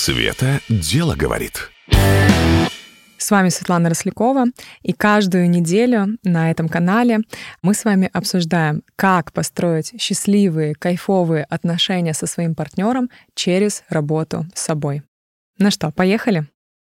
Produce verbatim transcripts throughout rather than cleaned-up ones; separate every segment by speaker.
Speaker 1: Света дело говорит.
Speaker 2: С вами Светлана Рослякова, и каждую неделю на этом канале мы с вами обсуждаем, как построить счастливые, кайфовые отношения со своим партнером через работу с собой. Ну что, поехали?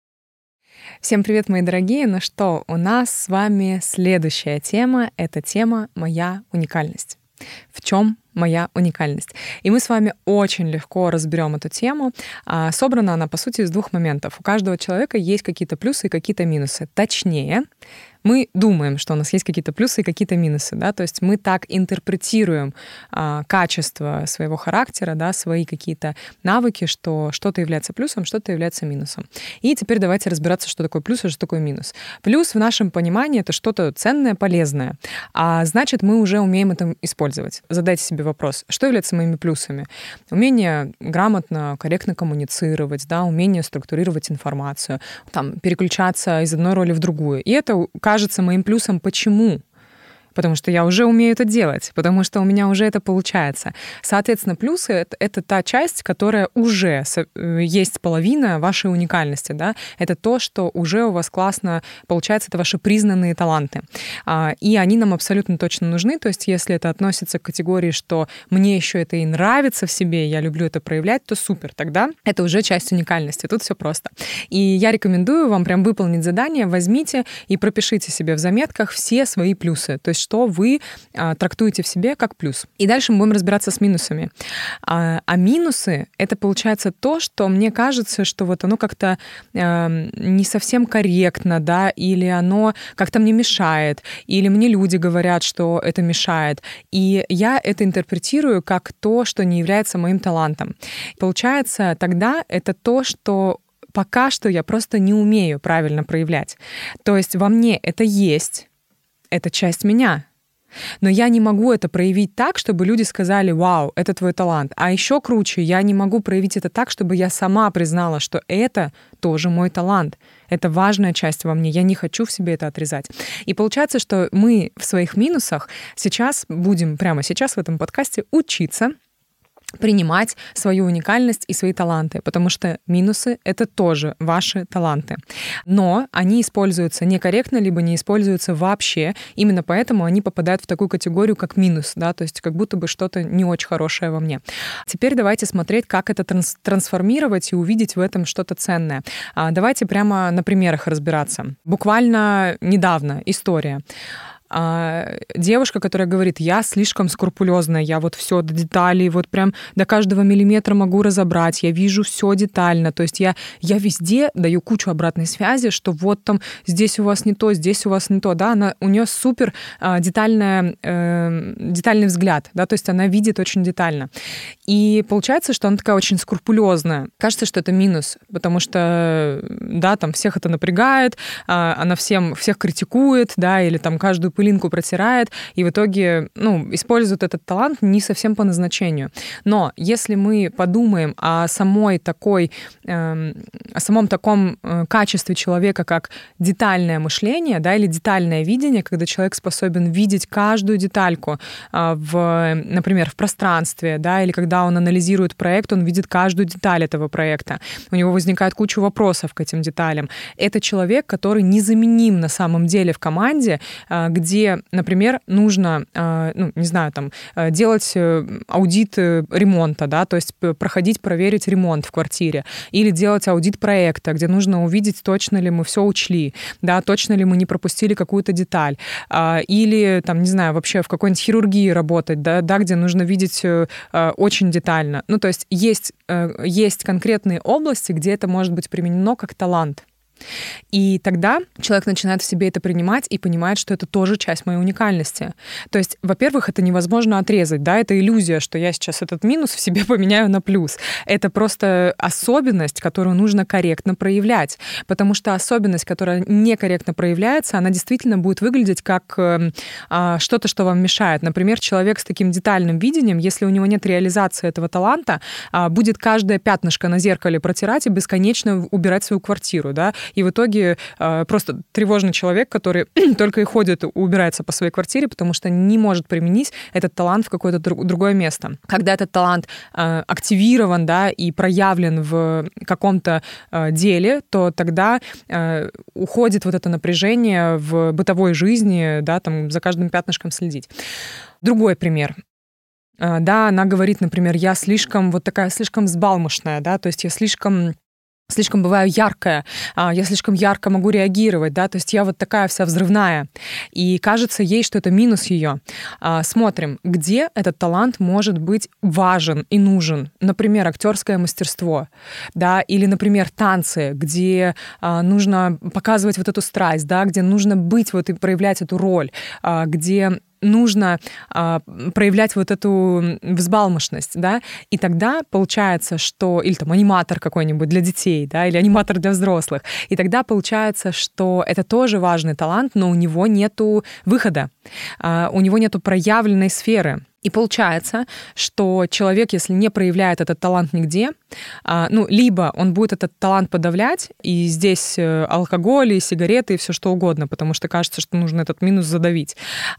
Speaker 2: Всем привет, мои дорогие! Ну что, у нас с вами следующая тема — это тема «Моя уникальность». В чем моя уникальность? И мы с вами очень легко разберем эту тему. Собрана она, по сути, из двух моментов. У каждого человека есть какие-то плюсы и какие-то минусы. Точнее, мы думаем, что у нас есть какие-то плюсы и какие-то минусы, да, то есть мы так интерпретируем а, качество своего характера, да, свои какие-то навыки, что что-то является плюсом, что-то является минусом. И теперь давайте разбираться, что такое плюс и что такое минус. Плюс в нашем понимании — это что-то ценное, полезное, а значит, мы уже умеем это использовать. Задайте себе вопрос, что является моими плюсами? Умение грамотно, корректно коммуницировать, да, умение структурировать информацию, там, переключаться из одной роли в другую. И это кажется моим плюсом. Почему? Потому что я уже умею это делать, потому что у меня уже это получается. Соответственно, плюсы — это, это та часть, которая уже есть половина вашей уникальности, да? Это то, что уже у вас классно получается, это ваши признанные таланты. И они нам абсолютно точно нужны. То есть если это относится к категории, что мне еще это и нравится в себе, я люблю это проявлять, то супер. Тогда это уже часть уникальности. Тут все просто. И я рекомендую вам прям выполнить задание. Возьмите и пропишите себе в заметках все свои плюсы. То есть что вы а, трактуете в себе как плюс. И дальше мы будем разбираться с минусами. А, а минусы — это получается то, что мне кажется, что вот оно как-то а, не совсем корректно, да, или оно как-то мне мешает, или мне люди говорят, что это мешает. И я это интерпретирую как то, что не является моим талантом. Получается, тогда это то, что пока что я просто не умею правильно проявлять. То есть во мне это есть, это часть меня. Но я не могу это проявить так, чтобы люди сказали: «Вау, это твой талант». А еще круче, я не могу проявить это так, чтобы я сама признала, что это тоже мой талант. Это важная часть во мне. Я не хочу в себе это отрезать. И получается, что мы в своих минусах сейчас будем прямо сейчас в этом подкасте учиться принимать свою уникальность и свои таланты, потому что минусы — это тоже ваши таланты. Но они используются некорректно, либо не используются вообще. Именно поэтому они попадают в такую категорию, как минус, да, то есть как будто бы что-то не очень хорошее во мне. Теперь давайте смотреть, как это транс- трансформировать и увидеть в этом что-то ценное. Давайте прямо на примерах разбираться. Буквально недавно история. Девушка, которая говорит: я слишком скрупулезная, я вот все до деталей, вот прям до каждого миллиметра могу разобрать, я вижу все детально, то есть я, я везде даю кучу обратной связи, что вот там здесь у вас не то, здесь у вас не то, да, она, у нее супер детальная, э, детальный взгляд, да, то есть она видит очень детально. И получается, что она такая очень скрупулезная. Кажется, что это минус, потому что, да, там всех это напрягает, она всем, всех критикует, да, или там каждую пылинку протирает, и в итоге, ну, использует этот талант не совсем по назначению. Но если мы подумаем о самой такой, э, о самом таком э, качестве человека, как детальное мышление, да, или детальное видение, когда человек способен видеть каждую детальку э, в, например, в пространстве, да, или когда он анализирует проект, он видит каждую деталь этого проекта. У него возникает куча вопросов к этим деталям. Это человек, который незаменим на самом деле в команде, э, где где, например, нужно, ну, не знаю, там, делать аудит ремонта, да, то есть проходить, проверить ремонт в квартире, или делать аудит проекта, где нужно увидеть, точно ли мы все учли, да, точно ли мы не пропустили какую-то деталь, или, там, не знаю, вообще в какой-нибудь хирургии работать, да, да, где нужно видеть очень детально. Ну, то есть есть, есть конкретные области, где это может быть применено как талант. И тогда человек начинает в себе это принимать и понимает, что это тоже часть моей уникальности. То есть, во-первых, это невозможно отрезать, да, это иллюзия, что я сейчас этот минус в себе поменяю на плюс. Это просто особенность, которую нужно корректно проявлять, потому что особенность, которая некорректно проявляется, она действительно будет выглядеть как э, э, что-то, что вам мешает. Например, человек с таким детальным видением, если у него нет реализации этого таланта, э, будет каждое пятнышко на зеркале протирать и бесконечно убирать свою квартиру, да, и в итоге э, просто тревожный человек, который только и ходит, убирается по своей квартире, потому что не может применить этот талант в какое-то друг, другое место. Когда этот талант э, активирован, да, и проявлен в каком-то э, деле, то тогда э, уходит вот это напряжение в бытовой жизни, да, там за каждым пятнышком следить. Другой пример. Да, она говорит, например, я слишком вот такая слишком взбалмошная, да, то есть я слишком слишком бываю яркая, я слишком ярко могу реагировать, да, то есть я вот такая вся взрывная. И кажется ей, что это минус ее. Смотрим, где этот талант может быть важен и нужен. Например, актерское мастерство, да, или, например, танцы, где нужно показывать вот эту страсть, да, где нужно быть вот и проявлять эту роль, где нужно а, проявлять вот эту взбалмошность, да, и тогда получается, что... Или там аниматор какой-нибудь для детей, да, или аниматор для взрослых. И тогда получается, что это тоже важный талант, но у него нету выхода, а, у него нету проявленной сферы. И получается, что человек, если не проявляет этот талант нигде, ну, либо он будет этот талант подавлять, и здесь алкоголь, и сигареты, и все что угодно, потому что кажется, что нужно этот минус задавить,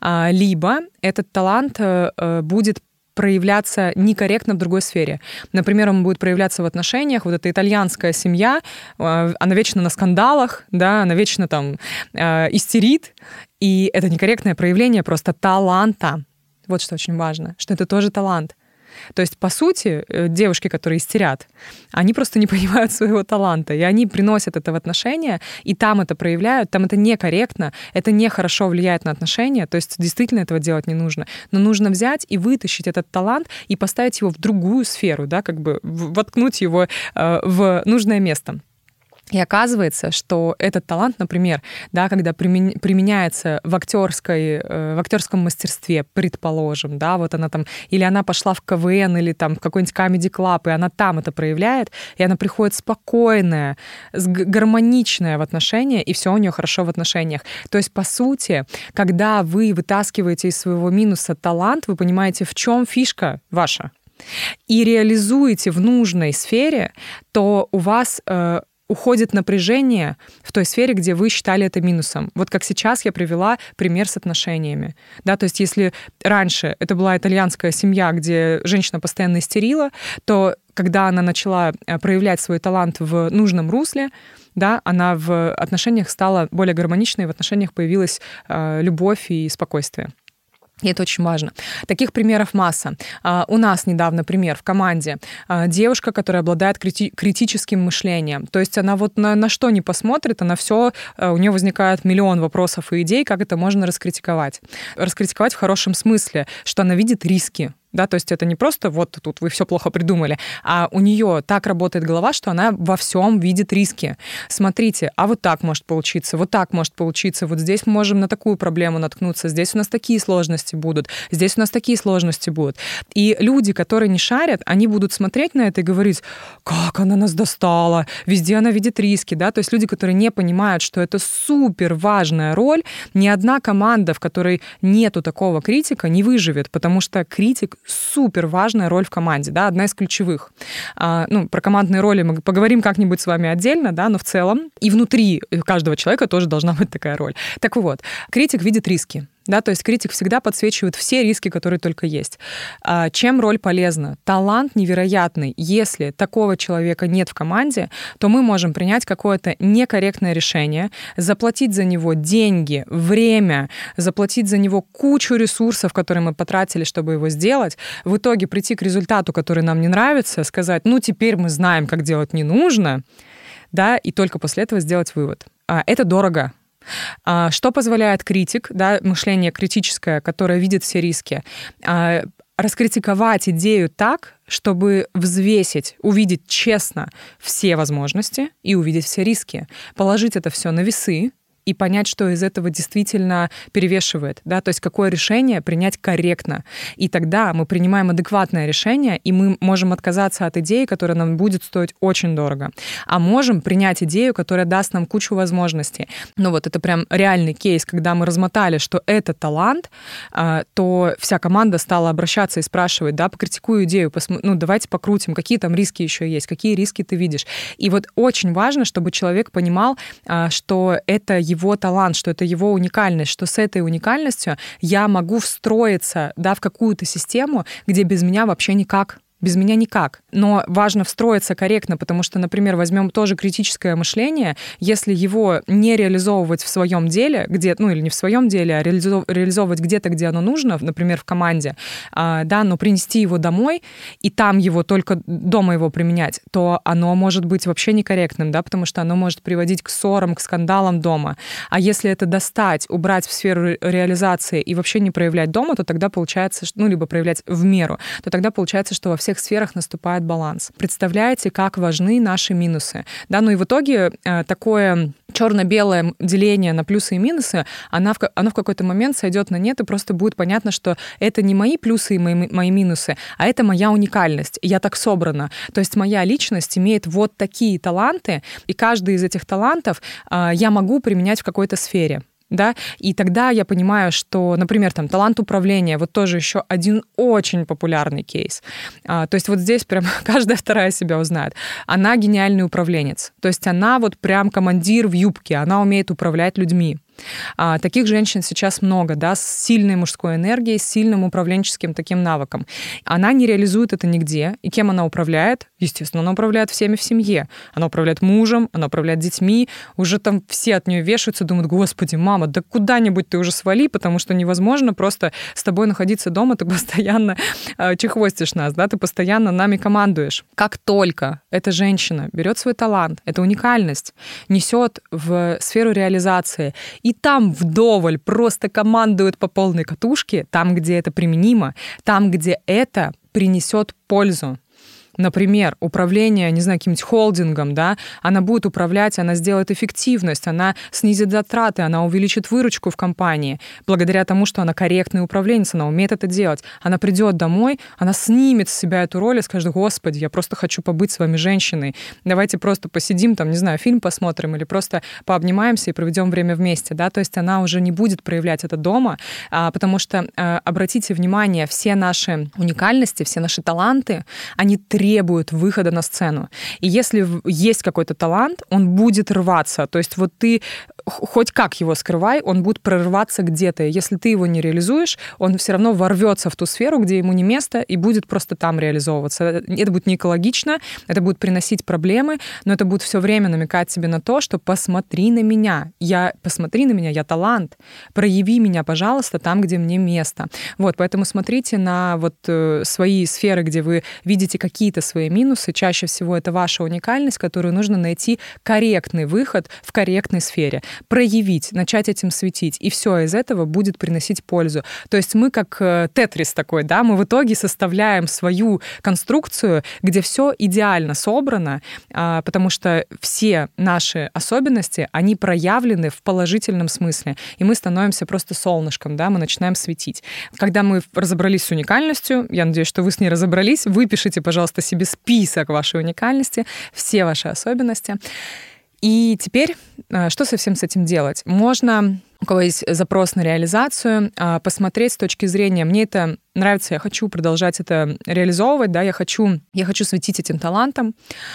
Speaker 2: либо этот талант будет проявляться некорректно в другой сфере. Например, он будет проявляться в отношениях, вот эта итальянская семья, она вечно на скандалах, да, она вечно там истерит, и это некорректное проявление просто таланта. Вот что очень важно, что это тоже талант. То есть, по сути, девушки, которые истерят, они просто не понимают своего таланта, и они приносят это в отношения, и там это проявляют, там это некорректно, это нехорошо влияет на отношения, то есть действительно этого делать не нужно. Но нужно взять и вытащить этот талант и поставить его в другую сферу, да, как бы воткнуть его э, в нужное место. И оказывается, что этот талант, например, да, когда применяется в, актерской, в актерском мастерстве, предположим, да, вот она там, или она пошла в ка вэ эн, или там в какой-нибудь комеди-клаб, и она там это проявляет, и она приходит спокойная, гармоничная в отношения, и все у нее хорошо в отношениях. То есть, по сути, когда вы вытаскиваете из своего минуса талант, вы понимаете, в чем фишка ваша, и реализуете в нужной сфере, то у вас... Э, уходит напряжение в той сфере, где вы считали это минусом. Вот как сейчас я привела пример с отношениями. Да, то есть если раньше это была итальянская семья, где женщина постоянно истерила, то когда она начала проявлять свой талант в нужном русле, да, она в отношениях стала более гармоничной, в отношениях появилась э, любовь и спокойствие. И это очень важно. Таких примеров масса. У нас недавно пример в команде. Девушка, которая обладает крити- критическим мышлением. То есть она вот на, на что ни посмотрит, она все, у нее возникает миллион вопросов и идей, как это можно раскритиковать. Раскритиковать в хорошем смысле, что она видит риски. Да, то есть это не просто вот тут вы все плохо придумали, а у нее так работает голова, что она во всем видит риски. Смотрите, а вот так может получиться, вот так может получиться, вот здесь мы можем на такую проблему наткнуться, здесь у нас такие сложности будут, здесь у нас такие сложности будут. И люди, которые не шарят, они будут смотреть на это и говорить, как она нас достала, везде она видит риски, да, то есть люди, которые не понимают, что это супер важная роль, ни одна команда, в которой нету такого критика, не выживет, потому что критик супер важная роль в команде, да, одна из ключевых. А, ну, про командные роли мы поговорим как-нибудь с вами отдельно, да, но в целом и внутри каждого человека тоже должна быть такая роль. Так вот, критик видит риски. Да, то есть критик всегда подсвечивает все риски, которые только есть. А чем роль полезна? Талант невероятный. Если такого человека нет в команде, то мы можем принять какое-то некорректное решение, заплатить за него деньги, время, заплатить за него кучу ресурсов, которые мы потратили, чтобы его сделать, в итоге прийти к результату, который нам не нравится, сказать, ну, теперь мы знаем, как делать не нужно, да, и только после этого сделать вывод. А это дорого. Что позволяет критик, да, мышление критическое, которое видит все риски, раскритиковать идею так, чтобы взвесить, увидеть честно все возможности и увидеть все риски, положить это все на весы, и понять, что из этого действительно перевешивает, да, то есть какое решение принять корректно. И тогда мы принимаем адекватное решение, и мы можем отказаться от идеи, которая нам будет стоить очень дорого. А можем принять идею, которая даст нам кучу возможностей. Ну вот это прям реальный кейс, когда мы размотали, что это талант, то вся команда стала обращаться и спрашивать, да, покритикую идею, посмо... ну давайте покрутим, какие там риски еще есть, какие риски ты видишь. И вот очень важно, чтобы человек понимал, что это его талант, что это его уникальность, что с этой уникальностью я могу встроиться, да, в какую-то систему, где без меня вообще никак. Без меня никак. Но важно встроиться корректно, потому что, например, возьмем тоже критическое мышление, если его не реализовывать в своем деле, где, ну или не в своем деле, а реализовывать где-то, где оно нужно, например, в команде, да, но принести его домой и там его только дома его применять, то оно может быть вообще некорректным, да, потому что оно может приводить к ссорам, к скандалам дома. А если это достать, убрать в сферу реализации и вообще не проявлять дома, то тогда получается, ну либо проявлять в меру, то тогда получается, что во всех всех сферах наступает баланс. Представляете, как важны наши минусы. Да, ну и в итоге э, такое черно-белое деление на плюсы и минусы, она в, оно в какой-то момент сойдет на нет, и просто будет понятно, что это не мои плюсы и мои, мои минусы, а это моя уникальность. Я так собрана. То есть моя личность имеет вот такие таланты, и каждый из этих талантов э, я могу применять в какой-то сфере. Да, и тогда я понимаю, что, например, там талант управления, вот тоже еще один очень популярный кейс. А, то есть вот здесь прям каждая вторая себя узнает. Она гениальный управленец, то есть она вот прям командир в юбке, она умеет управлять людьми. А, таких женщин сейчас много, да, с сильной мужской энергией, с сильным управленческим таким навыком. Она не реализует это нигде. И кем она управляет? Естественно, она управляет всеми в семье. Она управляет мужем, она управляет детьми. Уже там все от нее вешаются, думают: господи, мама, да куда-нибудь ты уже свали, потому что невозможно просто с тобой находиться дома, ты постоянно э, чехвостишь нас, да, ты постоянно нами командуешь. Как только эта женщина берет свой талант, эту уникальность, несет в сферу реализации, и там вдоволь просто командует по полной катушке, там, где это применимо, там, где это принесет пользу. Например, управление, не знаю, каким-нибудь холдингом, да, она будет управлять, она сделает эффективность, она снизит затраты, она увеличит выручку в компании, благодаря тому, что она корректный управленец, она умеет это делать. Она придет домой, она снимет с себя эту роль и скажет: господи, я просто хочу побыть с вами женщиной, давайте просто посидим, там, не знаю, фильм посмотрим или просто пообнимаемся и проведем время вместе, да, то есть она уже не будет проявлять это дома, а, потому что, а, обратите внимание, все наши уникальности, все наши таланты, они требуют требует выхода на сцену. И если есть какой-то талант, он будет рваться. То есть вот ты хоть как его скрывай, он будет прорываться где-то. И если ты его не реализуешь, он все равно ворвется в ту сферу, где ему не место, и будет просто там реализовываться. Это будет не экологично, это будет приносить проблемы, но это будет все время намекать тебе на то, что посмотри на меня, я, посмотри на меня, я талант, прояви меня, пожалуйста, там, где мне место. Вот, поэтому смотрите на вот э, свои сферы, где вы видите какие-то свои минусы. Чаще всего это ваша уникальность, которую нужно найти корректный выход в корректной сфере. Проявить, начать этим светить, и все из этого будет приносить пользу. То есть мы как тетрис такой, да, мы в итоге составляем свою конструкцию, где все идеально собрано, потому что все наши особенности, они проявлены в положительном смысле, и мы становимся просто солнышком, да, мы начинаем светить. Когда мы разобрались с уникальностью, я надеюсь, что вы с ней разобрались, выпишите, пожалуйста, себе список вашей уникальности, все ваши особенности. И теперь, что со всем с этим делать? Можно, у кого есть запрос на реализацию, посмотреть с точки зрения: мне это нравится, я хочу продолжать это реализовывать, да, я хочу, я хочу светить этим талантом,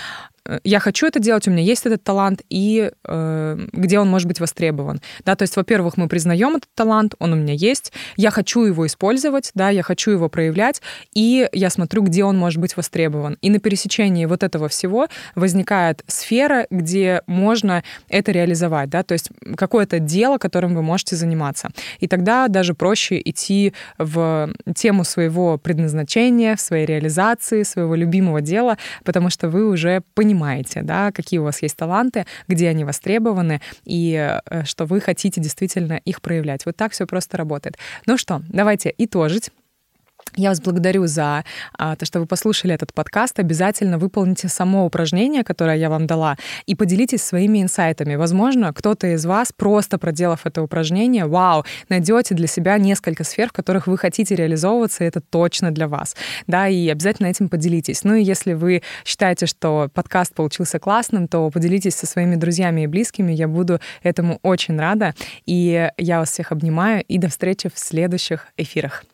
Speaker 2: я хочу это делать, у меня есть этот талант, и э, где он может быть востребован. Да, то есть, во-первых, мы признаем этот талант, он у меня есть, я хочу его использовать, да, я хочу его проявлять, и я смотрю, где он может быть востребован. И на пересечении вот этого всего возникает сфера, где можно это реализовать, да, то есть какое-то дело, которым вы можете заниматься. И тогда даже проще идти в тему своего предназначения, в своей реализации, своего любимого дела, потому что вы уже понимаете, понимаете, да, какие у вас есть таланты, где они востребованы, и что вы хотите действительно их проявлять. Вот так все просто работает. Ну что, давайте итожить. Я вас благодарю за а, то, что вы послушали этот подкаст. Обязательно выполните само упражнение, которое я вам дала, и поделитесь своими инсайтами. Возможно, кто-то из вас, просто проделав это упражнение, вау, найдете для себя несколько сфер, в которых вы хотите реализовываться, и это точно для вас. Да, и обязательно этим поделитесь. Ну и если вы считаете, что подкаст получился классным, то поделитесь со своими друзьями и близкими. Я буду этому очень рада. И я вас всех обнимаю, и до встречи в следующих эфирах.